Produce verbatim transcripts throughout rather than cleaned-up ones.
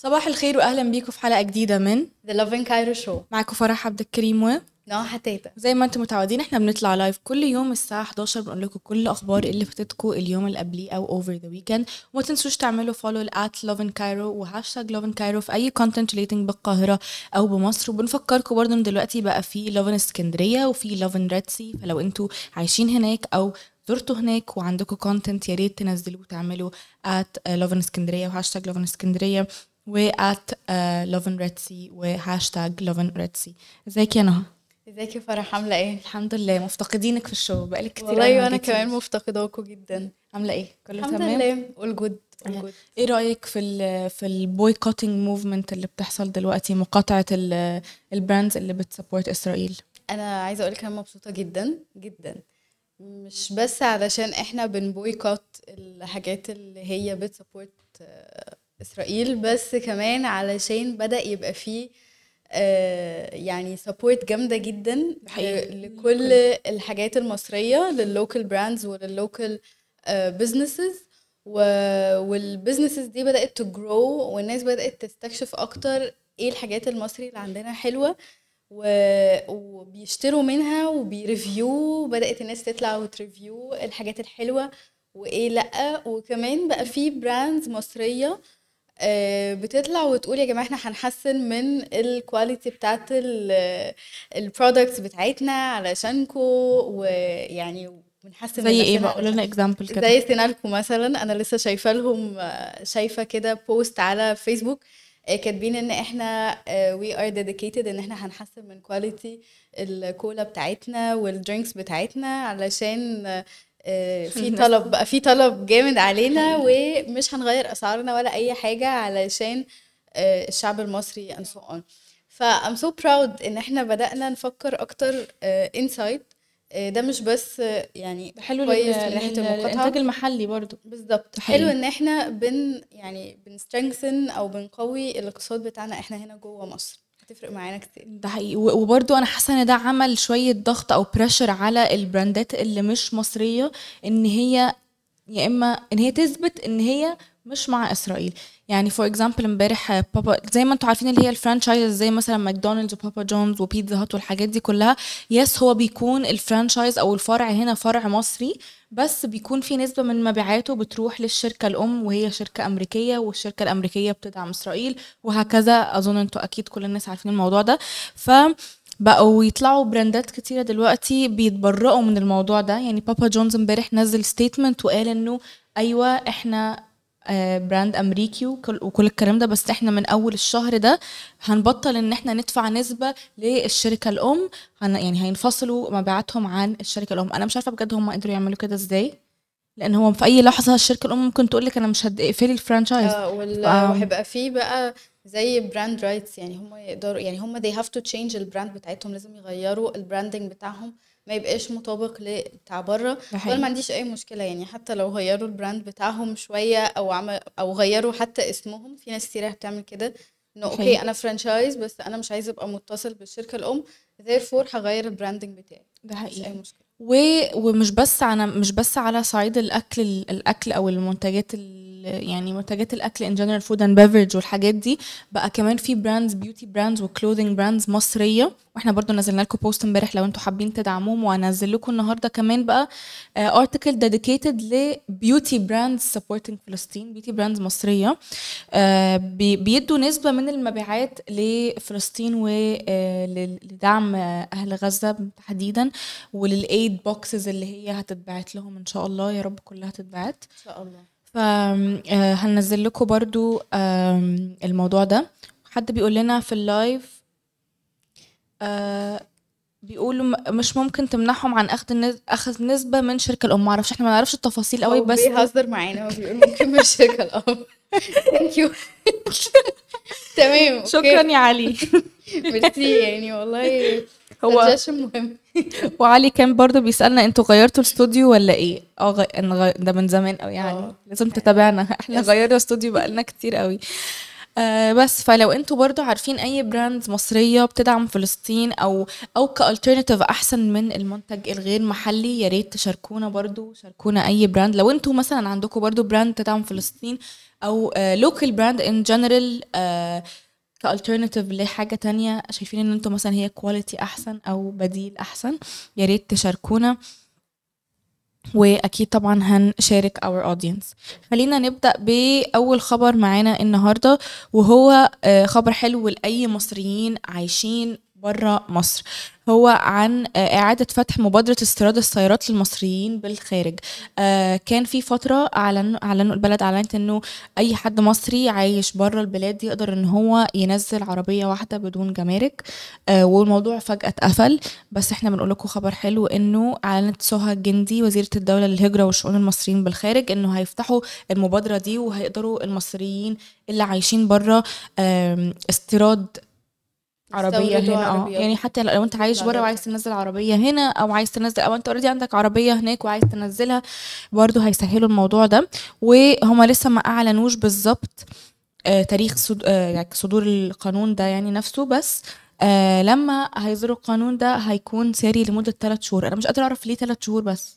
صباح الخير واهلا بيكم في حلقه جديده من The Loving Cairo Show. معاكم فرح عبد الكريم. و نوع حتاتا. زي ما انتم متعودين احنا بنطلع لايف كل يوم الساعه حداشر، بنقول لكم كل اخبار اللي فاتتكم اليوم اللي قبليه او over the weekend. وما تنسوش تعملوا فولو at lovincairo وهاشتاج lovincairo في اي content relating بالقاهره او بمصر. وبنفكركم برضه ان دلوقتي بقى في لوفن اسكندريه وفي لوفن ريدسي، فلو انتوا عايشين هناك او زرتوا هناك وعندكم كونتنت يا ريت تنزلوه وتعملوا at لوفن اسكندريه وهاشتاج لوفن اسكندريه و at لوفن ريدسي وهاشتاج لوفن ريدسي. ازيك يا نهى؟ ازيك يا فرح، عامله ايه؟ الحمد لله، مفتقدينك في الشو بقالك كتير قوي والله ما وانا جيتيش. كمان مفتقداكوا جدا. عامله ايه؟ كله الحمد تمام؟ لله. all good all good. ايه رايك في ال في البويكوتنج موفمنت اللي بتحصل دلوقتي، مقاطعه ال- البراندز اللي بتسبورت اسرائيل؟ انا عايزه اقولك انا مبسوطه جدا جدا، مش بس علشان احنا بنبويكوت الحاجات اللي هي بتسبورت آه، اسرائيل، بس كمان علشان بدأ يبقى فيه آه، يعني سبورت جامده جدا حقيقي. ل- لكل الحاجات المصريه، لللوكال براندز ولللوكال بزنسز، والبزنسز دي بدأت تجرو، والناس بدأت تستكشف اكتر ايه الحاجات المصري اللي عندنا حلوه، و- وبيشتروا منها وبيريفيو. بدأت الناس تطلع وتريفيو الحاجات الحلوة وايه لأ، وكمان بقى في براندز مصرية آه، بتطلع وتقول يا جماعة احنا هنحسن من الكواليتي بتاعت البرودكتس بتاعتنا علشانكو، ويعني بنحسن من زي ايه نفسنا بقى؟ قولوا علشان لنا اكزامبل كده. زي سينالكو مثلا. انا لسه شايفه لهم آه، شايفه كده بوست على فيسبوك آه، كاتبين ان احنا آه، we are dedicated ان احنا هنحسن من كواليتي الكولا بتاعتنا والدرينكس بتاعتنا، علشان آه، آه، في الناس طلب بقى، في طلب جامد علينا، حقيقي. ومش هنغير اسعارنا ولا اي حاجه علشان آه، الشعب المصري and so on. ف I'm so proud ان احنا بدأنا نفكر اكتر آه، inside. آه، ده مش بس آه، يعني ده حلو لل... كويس من ناحية لل... للانتاج المقاطعة. المحلي برضو. بالظبط، ده حلو حقيقي. ان احنا بن يعني بنسترengthen او بنقوي الاقتصاد بتاعنا احنا هنا جوه مصر، هتفرق معانا كتير. ده حقيقي. و- وبرضو انا حاسه ان ده عمل شويه ضغط او بريشر على البراندات اللي مش مصريه، ان هي يا اما ان هي تثبت ان هي مش مع اسرائيل. يعني فور اكزامبل امبارح بابا، زي ما انتوا عارفين اللي هي الفرانشايز زي مثلا ماكدونالدز وبابا جونز وبيتزا هات والحاجات دي كلها، يس هو بيكون الفرانشايز او الفرع هنا فرع مصري، بس بيكون في نسبة من مبيعاته بتروح للشركة الأم وهي شركة أمريكية، والشركة الأمريكية بتدعم إسرائيل وهكذا. أظن انتوا أكيد كل الناس عارفين الموضوع ده. ف بقوا يطلعوا براندات كتيرة دلوقتي بيتبرئوا من الموضوع ده. يعني بابا جونز امبارح نزل ستيتمنت وقال انه ايوه احنا آه، براند امريكي وكل, وكل الكلام ده، بس احنا من اول الشهر ده هنبطل ان احنا ندفع نسبة للشركة الام. هن يعني هينفصلوا مبيعاتهم عن الشركة الام. انا مش عارفة بجد هم قدروا يعملوا كده ازاي، لان هو في اي لحظة الشركة الام ممكن تقولك انا مش هتقفلي الفرانشايز. اه ف وال- وهيبقى فيه بقى زي براند رايتس، يعني هم يقدروا، يعني هم they have to change البراند بتاعتهم، لازم يغيروا البراندنج بتاعهم، ما يبقاش مطابق لبتاع بره. ده وانا ما حقيقي. عنديش اي مشكله، يعني حتى لو غيروا البراند بتاعهم شويه او عمل او غيروا حتى اسمهم، في ناس كتير بتعمل كده، انه ده اوكي حقيقي. انا فرانشايز بس انا مش عايزه ابقى متصل بالشركه الام، therefore هغير البراندنج بتاعي، ده مفيش اي حقيقي. مشكله. و... ومش بس على مش بس على صعيد الاكل الاكل او المنتجات ال... يعني منتجات الاكل ان جنرال، فود اند بيفرج والحاجات دي، بقى كمان في براندز بيوتي براندز وكلوذينج براندز مصريه. واحنا برضو نزلنا لكم بوست امبارح لو انتوا حابين تدعموهم، وهنزل لكم النهارده كمان بقى ارتكل ديديكيتد لبيوتي براندز سبورتنج فلسطين، بيوتي براندز مصريه. آه، بي- بيدوا نسبة من المبيعات لفلسطين ولدعم أهل غزة تحديدا، وللأيد بوكسز اللي هي هتتبعت لهم إن شاء الله، يا رب كلها تتبعت. ان شاء الله. فهنزل لكم برضو آم، الموضوع ده. حد بيقول لنا في اللايف آه، بيقولوا م- مش ممكن تمنعهم عن اخذ النز... اخذ نسبة من شركة الام. معرفش، احنا ما نعرفش التفاصيل قوي هو بس بيهزر معانا، هو بيقول ممكن مش شركه الام. ثانك يو. تمام شكرا اوكي. يا علي. ميرسي يعني والله، هو suggestion مهم. وعلي كان برضو بيسألنا انتوا غيرتوا الاستوديو ولا ايه؟ اه غ... إن غ... ده من زمان قوي، يعني اه لازم تتابعنا. احنا يس. غيرنا استوديو بقالنا كتير قوي. آه بس فلو انتوا برضو عارفين اي براندز مصرية بتدعم فلسطين او او كالترناتيف احسن من المنتج الغير محلي، يا ريت تشاركونا برضو، شاركونا اي براند لو انتوا مثلا عندكم برضو براند تدعم فلسطين او لوكال براند ان جنرال كالترناتيف لحاجة تانية شايفين ان انتوا مثلا هي كواليتي احسن او بديل احسن، يا ريت تشاركونا واكيد طبعا هنشارك our audience. خلينا نبدأ بأول خبر معانا النهاردة، وهو آه، خبر حلو لأي مصريين عايشين برا مصر. هو عن آه، إعادة فتح مبادرة استيراد السيارات للمصريين بالخارج. آه، كان في فترة أعلن أعلنوا البلد أعلنت إنه أي حد مصري عايش برا البلاد يقدر إن هو ينزل عربية واحدة بدون جمارك. آه، والموضوع فجأة اتقفل، بس احنا بنقول لكم خبر حلو انه اعلنت سهى الجندي وزيرة الدولة للهجرة والشؤون المصريين بالخارج انه هيفتحوا المبادرة دي، وهيقدروا المصريين اللي عايشين بره استيراد عربية يستوردوا هنا. اه عربيات يعني حتى لو انت عايش تطلع بره ده وعايز بشكل تنزل عربية هنا او عايز تنزل او انت اوريدي عندك عربية هناك وعايز تنزلها، برضو هيسهلوا الموضوع ده. وهما لسه ما اعلنوش بالظبط آه، تاريخ صد... آه، يعني صدور القانون ده يعني نفسه، بس آه لما هيصدروا القانون ده هيكون ساري لمدة ثلاث شهور. انا مش قادرة اعرف ليه ثلاث شهور بس.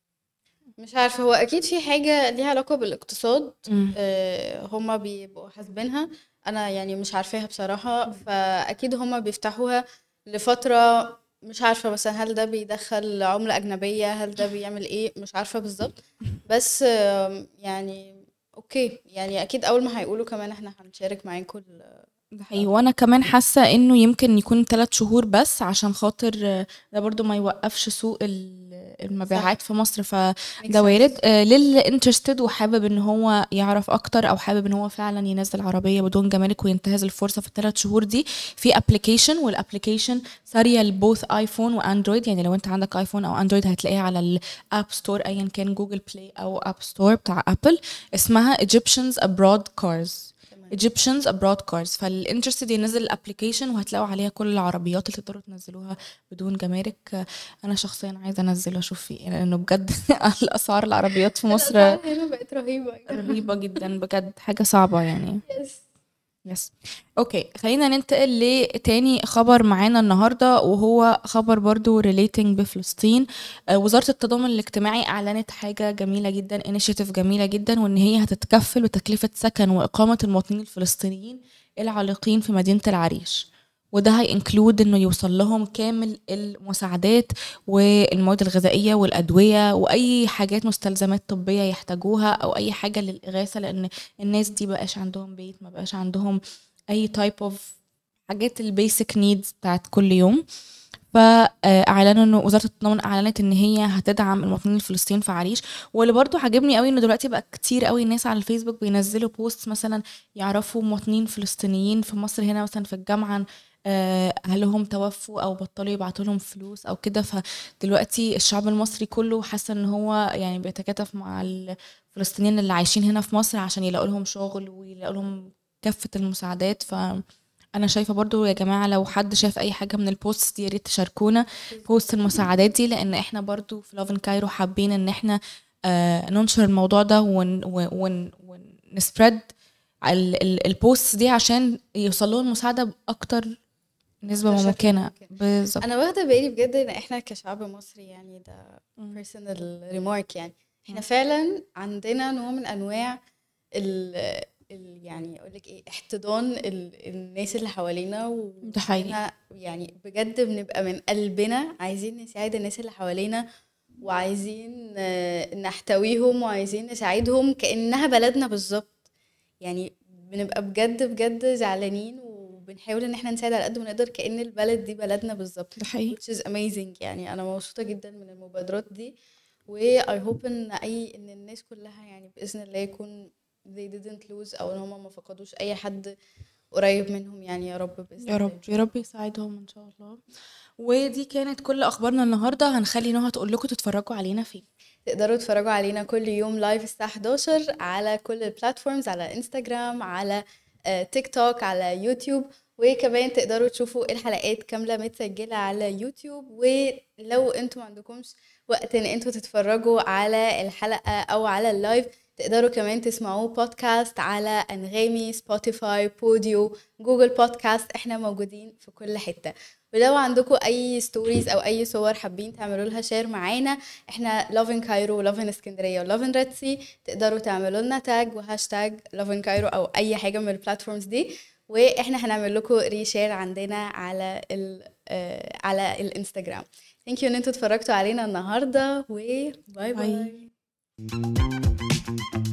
مش عارفة، هو أكيد في حاجة ليها علاقة بالاقتصاد. مم. آه، هما بيبقوا حاسبينها، أنا يعني مش عارفاها بصراحة، فأكيد هما بيفتحوها لفترة. مش عارفة مثلا هل ده بيدخل عملة أجنبية، هل ده بيعمل إيه، مش عارفة بالظبط. بس آم، يعني أوكي، يعني أكيد أول ما هيقولوا كمان احنا هنشارك معاكم ال- ده حقيقي، وانا كمان حاسة انه يمكن يكون ثلاث شهور بس عشان خاطر آه، ده برضو ما يوقفش سوق ال- صح. المبيعات في مصر، make فده وارد. sense. آه، للي انترستد وحابب ان هو يعرف اكتر او حابب ان هو فعلا ينزل عربية بدون جمارك وينتهز الفرصة في الثلاث شهور دي، في ابلكيشن، والابلكيشن سارية لبوث ايفون واندرويد. يعني لو انت عندك ايفون او اندرويد هتلاقيها على الاب ستور ايا كان، جوجل بلاي او اب ستور بتاع ابل. اسمها Egyptians Abroad Cars. تمام. Egyptians Abroad Cars. فالانترستد ينزل الابلكيشن وهتلاقوا عليها كل العربيات اللي تقدروا تنزلوها بدون جمارك. انا شخصيا عايزه انزله اشوف فيه يعني، لانه بجد الاسعار العربيات في مصر الأسعار هنا بقت رهيبة يا جماعة. رهيبه جدا، بجد حاجه صعبه يعني. يس. يس. اوكي، خلينا ننتقل لتاني خبر معانا النهارده، وهو خبر برضو relating بفلسطين. آه، وزارة التضامن الاجتماعي اعلنت حاجة جميلة جدا، initiative جميلة جدا، وان هي هتتكفل بتكلفة سكن واقامة المواطنين الفلسطينيين العالقين في مدينة العريش. وده هينكلود انه يوصل لهم كامل المساعدات والمواد الغذائية والأدوية وأي حاجات مستلزمات طبية يحتاجوها أو أي حاجة للإغاثة، لأن الناس دي بقاش عندهم بيت، ما بقاش عندهم اي تايب اوف حاجات البيسك نيدز بتاعت كل يوم. فاعلنوا انه وزاره التضامن اعلنت ان هي هتدعم المواطنين الفلسطينيين في عريش. واللي برضو عجبني قوي انه دلوقتي بقى كتير قوي الناس على الفيسبوك بينزلوا بوست مثلا يعرفوا مواطنين فلسطينيين في مصر هنا مثلا في الجامعه، آه، اهلهم توفوا او بطلوا يبعتوا لهم فلوس او كده. فدلوقتي الشعب المصري كله حاسه ان هو يعني بيتكاتف مع الفلسطينيين اللي عايشين هنا في مصر عشان يلاقوا لهم شغل ويلاقوا لهم كافة المساعدات. فأنا شايفة برضو يا جماعة لو حد شاف أي حاجة من البوست دي يا ريت تشاركونا بوست المساعدات دي، لأن احنا برضو في لوفن كايرو حابين ان احنا آه ننشر الموضوع ده ون ون ونسبريد البوست دي عشان يوصل لهم المساعدة بأكتر نسبة أكتر شكل ممكنة. ممكن. بالظبط. أنا واخدة بالي بجد إن إحنا كشعب مصري، يعني ده مم. personal remark، يعني إحنا مم. فعلا عندنا نوع من أنواع ال ال يعني أقول لك إيه، احتضان ال الناس اللي حوالينا، ده حقيقي. وعندنا يعني بجد بنبقى من قلبنا عايزين نساعد الناس اللي حوالينا، وعايزين آه، نحتويهم، وعايزين نساعدهم كأنها بلدنا بالظبط. يعني بنبقى بجد بجد زعلانين، وبنحاول ان احنا نساعد على قد ما نقدر كأن البلد دي بلدنا بالظبط. ده حقيقي. which is amazing. يعني انا مبسوطة جدا من المبادرات دي، و I hope ان اي ان الناس كلها يعني بإذن الله يكون they didn't lose، او ان هم ما فقدوش اي حد قريب منهم، يعني يا رب بإذن يا الله رب ان يا شاء رب الله. يساعدهم ان شاء الله. ودي كانت كل اخبارنا النهارده. هنخلي نهى تقول لكم تتفرجوا علينا فين. تقدروا تتفرجوا علينا كل يوم لايف الساعة حداشر على كل البلاتفورمز، على انستجرام، على آه، تيك توك، على يوتيوب. وكمان تقدروا تشوفوا الحلقات كاملة متسجلة على يوتيوب. ولو انتوا ما عندكمش وقت ان انتوا تتفرجوا على الحلقة او على اللايف، تقدروا كمان تسمعوه بودكاست على انغامي، سبوتيفاي، بوديو، جوجل بودكاست، احنا موجودين في كل حتة. ولو عندكم اي ستوريز او اي صور حابين تعملوا لها شير معانا، احنا لوفن كايرو ولوفن اسكندريه ولوفن ريد سي، تقدروا تعملوا لنا تاج وهاشتاج لوفن كايرو او اي حاجه من البلاتفورمز دي، واحنا هنعمل لكم ريشير عندنا على ال آه على الانستجرام. ثانك يو ان انتوا اتفرجتوا علينا النهارده، وباي باي. باي.